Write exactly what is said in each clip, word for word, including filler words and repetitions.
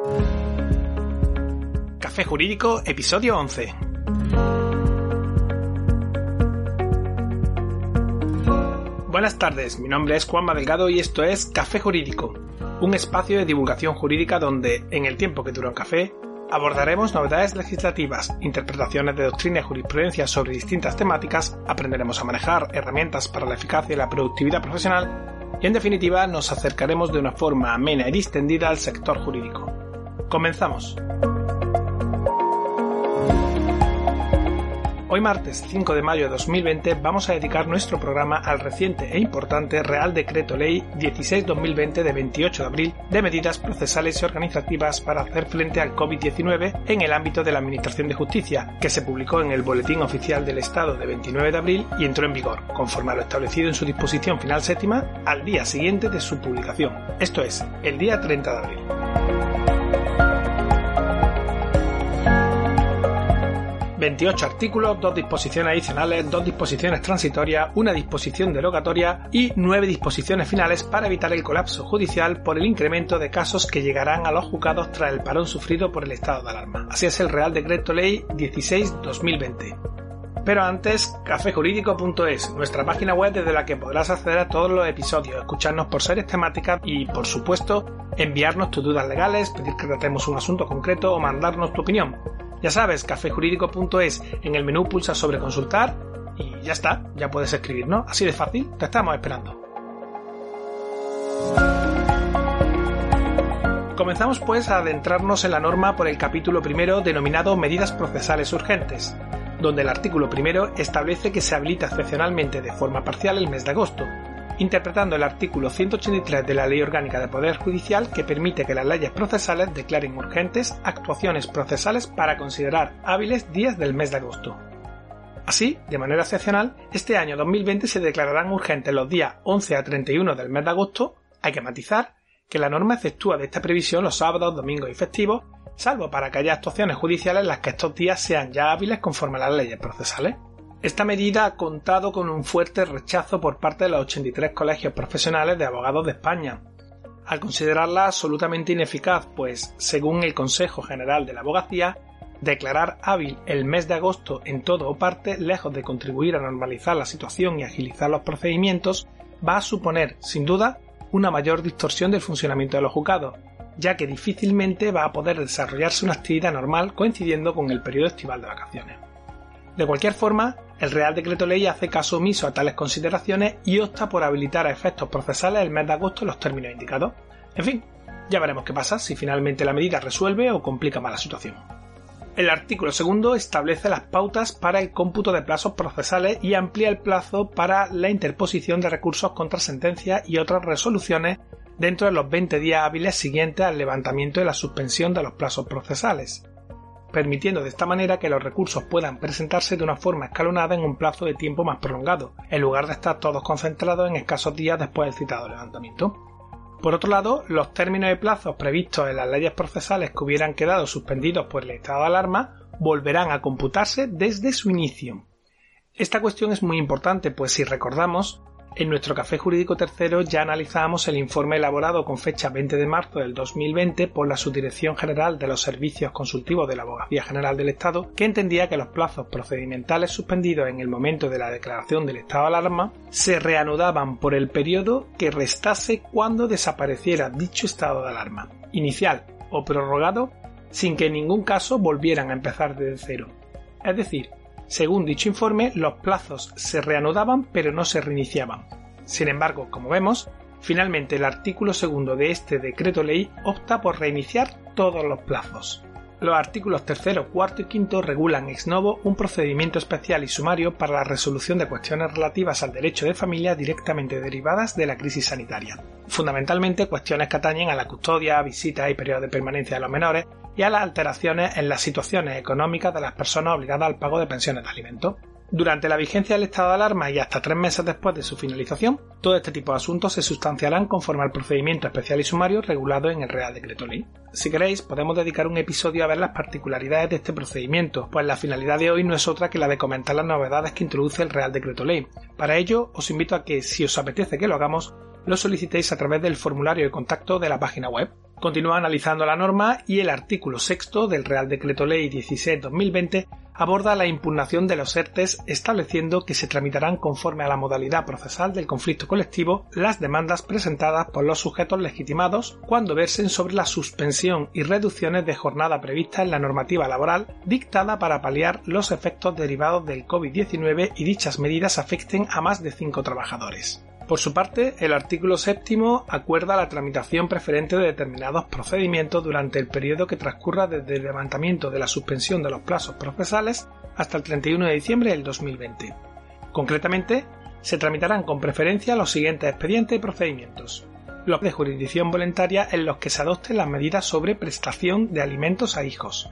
Café Jurídico, episodio once. Buenas tardes, mi nombre es Juanma Delgado y esto es Café Jurídico, un espacio de divulgación jurídica donde, en el tiempo que dura un café, abordaremos novedades legislativas, interpretaciones de doctrina y jurisprudencia sobre distintas temáticas, aprenderemos a manejar herramientas para la eficacia y la productividad profesional y, en definitiva, nos acercaremos de una forma amena y distendida al sector jurídico. Comenzamos. Hoy martes cinco de mayo de dos mil veinte vamos a dedicar nuestro programa al reciente e importante Real Decreto Ley dieciséis barra dos mil veinte de veintiocho de abril de medidas procesales y organizativas para hacer frente al COVID diecinueve en el ámbito de la Administración de Justicia, que se publicó en el Boletín Oficial del Estado de veintinueve de abril y entró en vigor, conforme a lo establecido en su disposición final séptima, al día siguiente de su publicación, esto es, el día treinta de abril. veintiocho artículos, dos disposiciones adicionales, dos disposiciones transitorias, una disposición derogatoria y nueve disposiciones finales para evitar el colapso judicial por el incremento de casos que llegarán a los juzgados tras el parón sufrido por el estado de alarma. Así es el Real Decreto Ley dieciséis barra dos mil veinte. Pero antes, café jurídico punto es, nuestra página web desde la que podrás acceder a todos los episodios, escucharnos por series temáticas y, por supuesto, enviarnos tus dudas legales, pedir que tratemos un asunto concreto o mandarnos tu opinión. Ya sabes, café jurídico punto es, en el menú pulsa sobre consultar y ya está, ya puedes escribirnos, así de fácil, te estamos esperando. Comenzamos pues a adentrarnos en la norma por el capítulo primero denominado Medidas Procesales Urgentes, donde el artículo primero establece que se habilita excepcionalmente de forma parcial el mes de agosto, interpretando el artículo ciento ochenta y tres de la Ley Orgánica de Poder Judicial que permite que las leyes procesales declaren urgentes actuaciones procesales para considerar hábiles días del mes de agosto. Así, de manera excepcional, este año dos mil veinte se declararán urgentes los días once a treinta y uno del mes de agosto. Hay que matizar que la norma exceptúa de esta previsión los sábados, domingos y festivos, salvo para que haya actuaciones judiciales en las que estos días sean ya hábiles conforme a las leyes procesales. Esta medida ha contado con un fuerte rechazo por parte de los ochenta y tres colegios profesionales de abogados de España, al considerarla absolutamente ineficaz, pues, según el Consejo General de la Abogacía, declarar hábil el mes de agosto en todo o parte, lejos de contribuir a normalizar la situación y agilizar los procedimientos, va a suponer, sin duda, una mayor distorsión del funcionamiento de los juzgados, ya que difícilmente va a poder desarrollarse una actividad normal coincidiendo con el periodo estival de vacaciones. De cualquier forma, el Real Decreto Ley hace caso omiso a tales consideraciones y opta por habilitar a efectos procesales el mes de agosto en los términos indicados. En fin, ya veremos qué pasa si finalmente la medida resuelve o complica más la situación. El artículo segundo establece las pautas para el cómputo de plazos procesales y amplía el plazo para la interposición de recursos contra sentencias y otras resoluciones dentro de los veinte días hábiles siguientes al levantamiento de la suspensión de los plazos procesales, permitiendo de esta manera que los recursos puedan presentarse de una forma escalonada en un plazo de tiempo más prolongado, en lugar de estar todos concentrados en escasos días después del citado levantamiento. Por otro lado, los términos y plazos previstos en las leyes procesales que hubieran quedado suspendidos por el estado de alarma volverán a computarse desde su inicio. Esta cuestión es muy importante, pues si recordamos, en nuestro Café Jurídico tercero ya analizamos el informe elaborado con fecha veinte de marzo del dos mil veinte por la Subdirección General de los Servicios Consultivos de la Abogacía General del Estado, que entendía que los plazos procedimentales suspendidos en el momento de la declaración del estado de alarma se reanudaban por el periodo que restase cuando desapareciera dicho estado de alarma, inicial o prorrogado, sin que en ningún caso volvieran a empezar desde cero. Es decir, según dicho informe, los plazos se reanudaban pero no se reiniciaban. Sin embargo, como vemos, finalmente el artículo segundo de este decreto ley opta por reiniciar todos los plazos. Los artículos tercero, cuarto y quinto regulan ex novo un procedimiento especial y sumario para la resolución de cuestiones relativas al derecho de familia directamente derivadas de la crisis sanitaria. Fundamentalmente cuestiones que atañen a la custodia, visitas y periodos de permanencia de los menores y a las alteraciones en las situaciones económicas de las personas obligadas al pago de pensiones de alimentos. Durante la vigencia del estado de alarma y hasta tres meses después de su finalización, todo este tipo de asuntos se sustanciarán conforme al procedimiento especial y sumario regulado en el Real Decreto Ley. Si queréis, podemos dedicar un episodio a ver las particularidades de este procedimiento, pues la finalidad de hoy no es otra que la de comentar las novedades que introduce el Real Decreto Ley. Para ello, os invito a que, si os apetece que lo hagamos, lo solicitéis a través del formulario de contacto de la página web. Continúa analizando la norma y el artículo sexto del Real Decreto Ley dieciséis barra dos mil veinte aborda la impugnación de los E R T E s, estableciendo que se tramitarán conforme a la modalidad procesal del conflicto colectivo las demandas presentadas por los sujetos legitimados cuando versen sobre la suspensión y reducciones de jornada prevista en la normativa laboral dictada para paliar los efectos derivados del COVID diecinueve y dichas medidas afecten a más de cinco trabajadores. Por su parte, el artículo séptimo acuerda la tramitación preferente de determinados procedimientos durante el periodo que transcurra desde el levantamiento de la suspensión de los plazos procesales hasta el treinta y uno de diciembre del dos mil veinte. Concretamente, se tramitarán con preferencia los siguientes expedientes y procedimientos: los de jurisdicción voluntaria en los que se adopten las medidas sobre prestación de alimentos a hijos.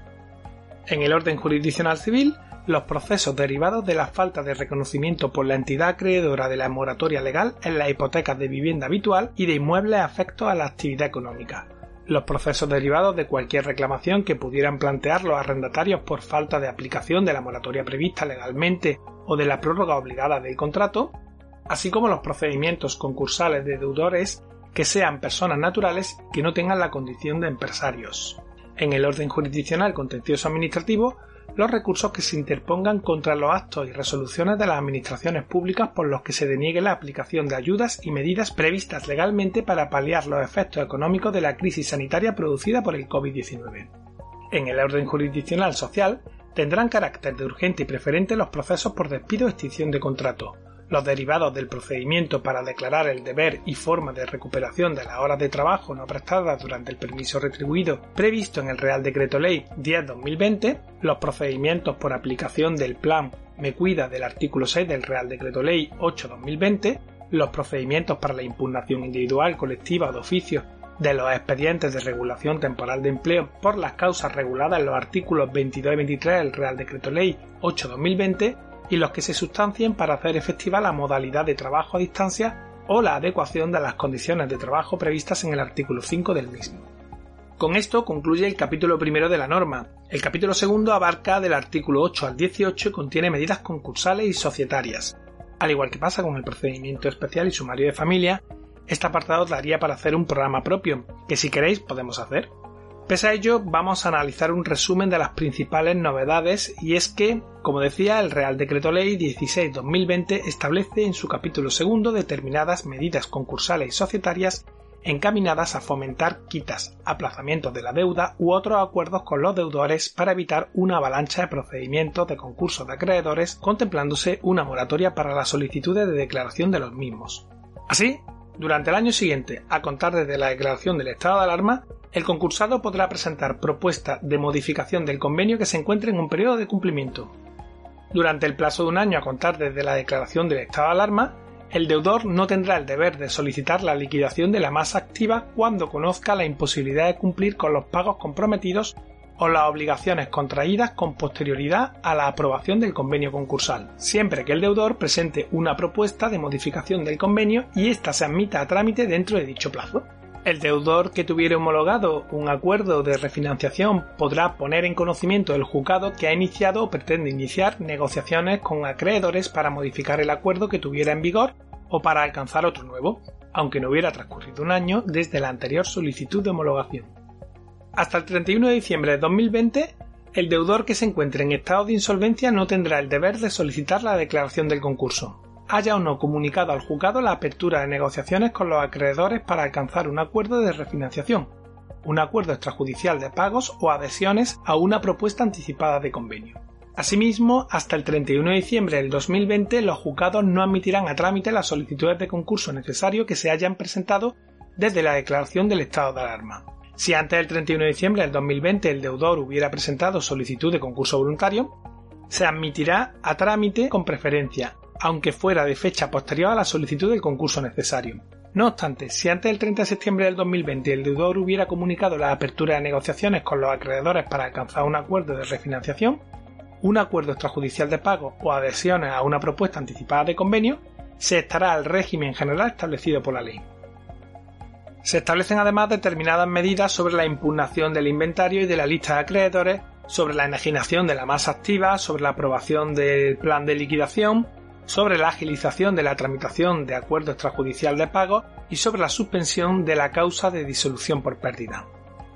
En el orden jurisdiccional civil, los procesos derivados de la falta de reconocimiento por la entidad acreedora de la moratoria legal en las hipotecas de vivienda habitual y de inmuebles afectos a la actividad económica. Los procesos derivados de cualquier reclamación que pudieran plantear los arrendatarios por falta de aplicación de la moratoria prevista legalmente o de la prórroga obligada del contrato, así como los procedimientos concursales de deudores que sean personas naturales que no tengan la condición de empresarios. En el orden jurisdiccional contencioso administrativo, los recursos que se interpongan contra los actos y resoluciones de las administraciones públicas por los que se deniegue la aplicación de ayudas y medidas previstas legalmente para paliar los efectos económicos de la crisis sanitaria producida por el COVID diecinueve. En el orden jurisdiccional social, tendrán carácter de urgente y preferente los procesos por despido o extinción de contrato, los derivados del procedimiento para declarar el deber y forma de recuperación de las horas de trabajo no prestadas durante el permiso retribuido previsto en el Real Decreto Ley diez barra dos mil veinte, los procedimientos por aplicación del Plan Me Cuida del artículo seis del Real Decreto Ley ocho barra dos mil veinte, los procedimientos para la impugnación individual, colectiva o de oficio de los expedientes de regulación temporal de empleo por las causas reguladas en los artículos veintidós y veintitrés del Real Decreto Ley ocho barra dos mil veinte, y los que se sustancien para hacer efectiva la modalidad de trabajo a distancia o la adecuación de las condiciones de trabajo previstas en el artículo cinco del mismo. Con esto concluye el capítulo primero de la norma. El capítulo segundo abarca del artículo ocho al dieciocho y contiene medidas concursales y societarias. Al igual que pasa con el procedimiento especial y sumario de familia, este apartado daría para hacer un programa propio, que si queréis podemos hacer. Pese a ello, vamos a analizar un resumen de las principales novedades, y es que, como decía, el Real Decreto Ley dieciséis barra dos mil veinte establece en su capítulo segundo determinadas medidas concursales y societarias encaminadas a fomentar quitas, aplazamientos de la deuda u otros acuerdos con los deudores para evitar una avalancha de procedimientos de concursos de acreedores, contemplándose una moratoria para las solicitudes de declaración de los mismos. Así, durante el año siguiente, a contar desde la declaración del estado de alarma, el concursado podrá presentar propuesta de modificación del convenio que se encuentre en un periodo de cumplimiento. Durante el plazo de un año a contar desde la declaración del estado de alarma, el deudor no tendrá el deber de solicitar la liquidación de la masa activa cuando conozca la imposibilidad de cumplir con los pagos comprometidos o las obligaciones contraídas con posterioridad a la aprobación del convenio concursal, siempre que el deudor presente una propuesta de modificación del convenio y ésta se admita a trámite dentro de dicho plazo. El deudor que tuviera homologado un acuerdo de refinanciación podrá poner en conocimiento del juzgado que ha iniciado o pretende iniciar negociaciones con acreedores para modificar el acuerdo que tuviera en vigor o para alcanzar otro nuevo, aunque no hubiera transcurrido un año desde la anterior solicitud de homologación. Hasta el treinta y uno de diciembre de dos mil veinte, el deudor que se encuentre en estado de insolvencia no tendrá el deber de solicitar la declaración del concurso, haya o no comunicado al juzgado la apertura de negociaciones con los acreedores para alcanzar un acuerdo de refinanciación, un acuerdo extrajudicial de pagos o adhesiones a una propuesta anticipada de convenio. Asimismo, hasta el treinta y uno de diciembre del dos mil veinte, los juzgados no admitirán a trámite las solicitudes de concurso necesario que se hayan presentado desde la declaración del estado de alarma. Si antes del treinta y uno de diciembre del dos mil veinte el deudor hubiera presentado solicitud de concurso voluntario, se admitirá a trámite con preferencia, aunque fuera de fecha posterior a la solicitud del concurso necesario. No obstante, si antes del treinta de septiembre del dos mil veinte el deudor hubiera comunicado la apertura de negociaciones con los acreedores para alcanzar un acuerdo de refinanciación, un acuerdo extrajudicial de pago o adhesiones a una propuesta anticipada de convenio, se estará al régimen general establecido por la ley. Se establecen además determinadas medidas sobre la impugnación del inventario y de la lista de acreedores, sobre la enajenación de la masa activa, sobre la aprobación del plan de liquidación, sobre la agilización de la tramitación de acuerdo extrajudicial de pago y sobre la suspensión de la causa de disolución por pérdida.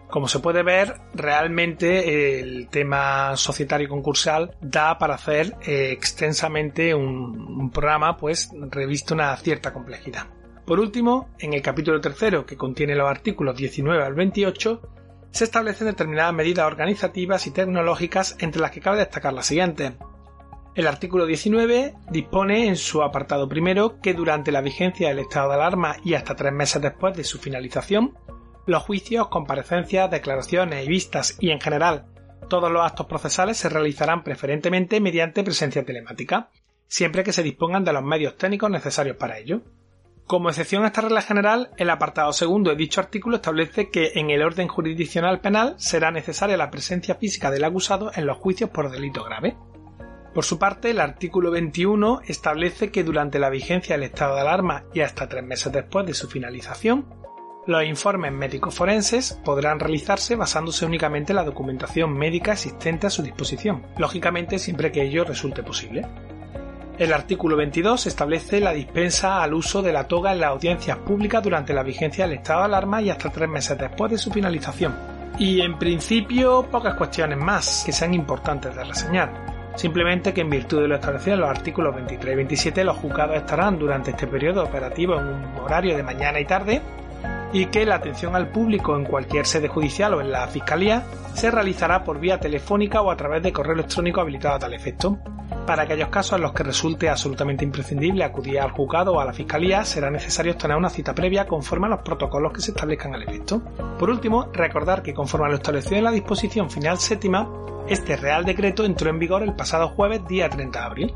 Como se puede ver, realmente el tema societario concursal da para hacer eh, extensamente un, un programa, pues reviste una cierta complejidad. Por último, en el capítulo tercero, que contiene los artículos diecinueve al veintiocho, se establecen determinadas medidas organizativas y tecnológicas, entre las que cabe destacar las siguientes. El artículo diecinueve dispone en su apartado primero que durante la vigencia del estado de alarma y hasta tres meses después de su finalización, los juicios, comparecencias, declaraciones y vistas y en general todos los actos procesales se realizarán preferentemente mediante presencia telemática, siempre que se dispongan de los medios técnicos necesarios para ello. Como excepción a esta regla general, el apartado segundo de dicho artículo establece que en el orden jurisdiccional penal será necesaria la presencia física del acusado en los juicios por delito grave. Por su parte, el artículo veintiuno establece que durante la vigencia del estado de alarma y hasta tres meses después de su finalización, los informes médicos forenses podrán realizarse basándose únicamente en la documentación médica existente a su disposición, lógicamente siempre que ello resulte posible. El artículo veintidós establece la dispensa al uso de la toga en las audiencias públicas durante la vigencia del estado de alarma y hasta tres meses después de su finalización. Y en principio pocas cuestiones más que sean importantes de reseñar. Simplemente que en virtud de lo establecido en los artículos veintitrés y veintisiete los juzgados estarán durante este periodo operativo en un horario de mañana y tarde, y que la atención al público en cualquier sede judicial o en la Fiscalía se realizará por vía telefónica o a través de correo electrónico habilitado a tal efecto. Para aquellos casos en los que resulte absolutamente imprescindible acudir al juzgado o a la Fiscalía, será necesario obtener una cita previa conforme a los protocolos que se establezcan al efecto. Por último, recordar que conforme a lo establecido en la disposición final séptima, este Real Decreto entró en vigor el pasado jueves día treinta de abril.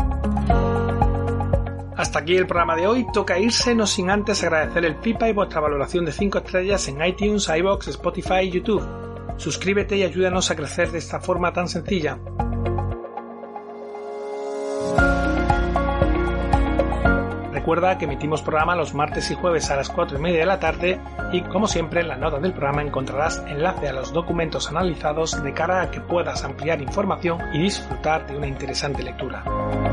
Hasta aquí el programa de hoy. Toca irse, no sin antes agradecer el feedback y vuestra valoración de cinco estrellas en iTunes, iVoox, Spotify y YouTube. Suscríbete y ayúdanos a crecer de esta forma tan sencilla. Recuerda que emitimos programa los martes y jueves a las cuatro y media de la tarde y, como siempre, en las notas del programa encontrarás enlace a los documentos analizados de cara a que puedas ampliar información y disfrutar de una interesante lectura.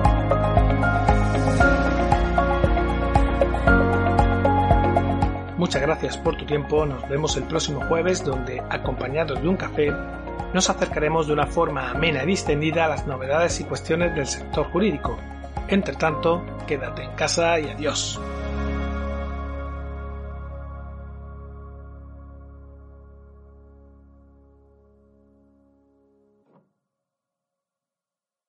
Muchas gracias por tu tiempo, nos vemos el próximo jueves donde, acompañados de un café, nos acercaremos de una forma amena y distendida a las novedades y cuestiones del sector jurídico. Entre tanto, quédate en casa y adiós.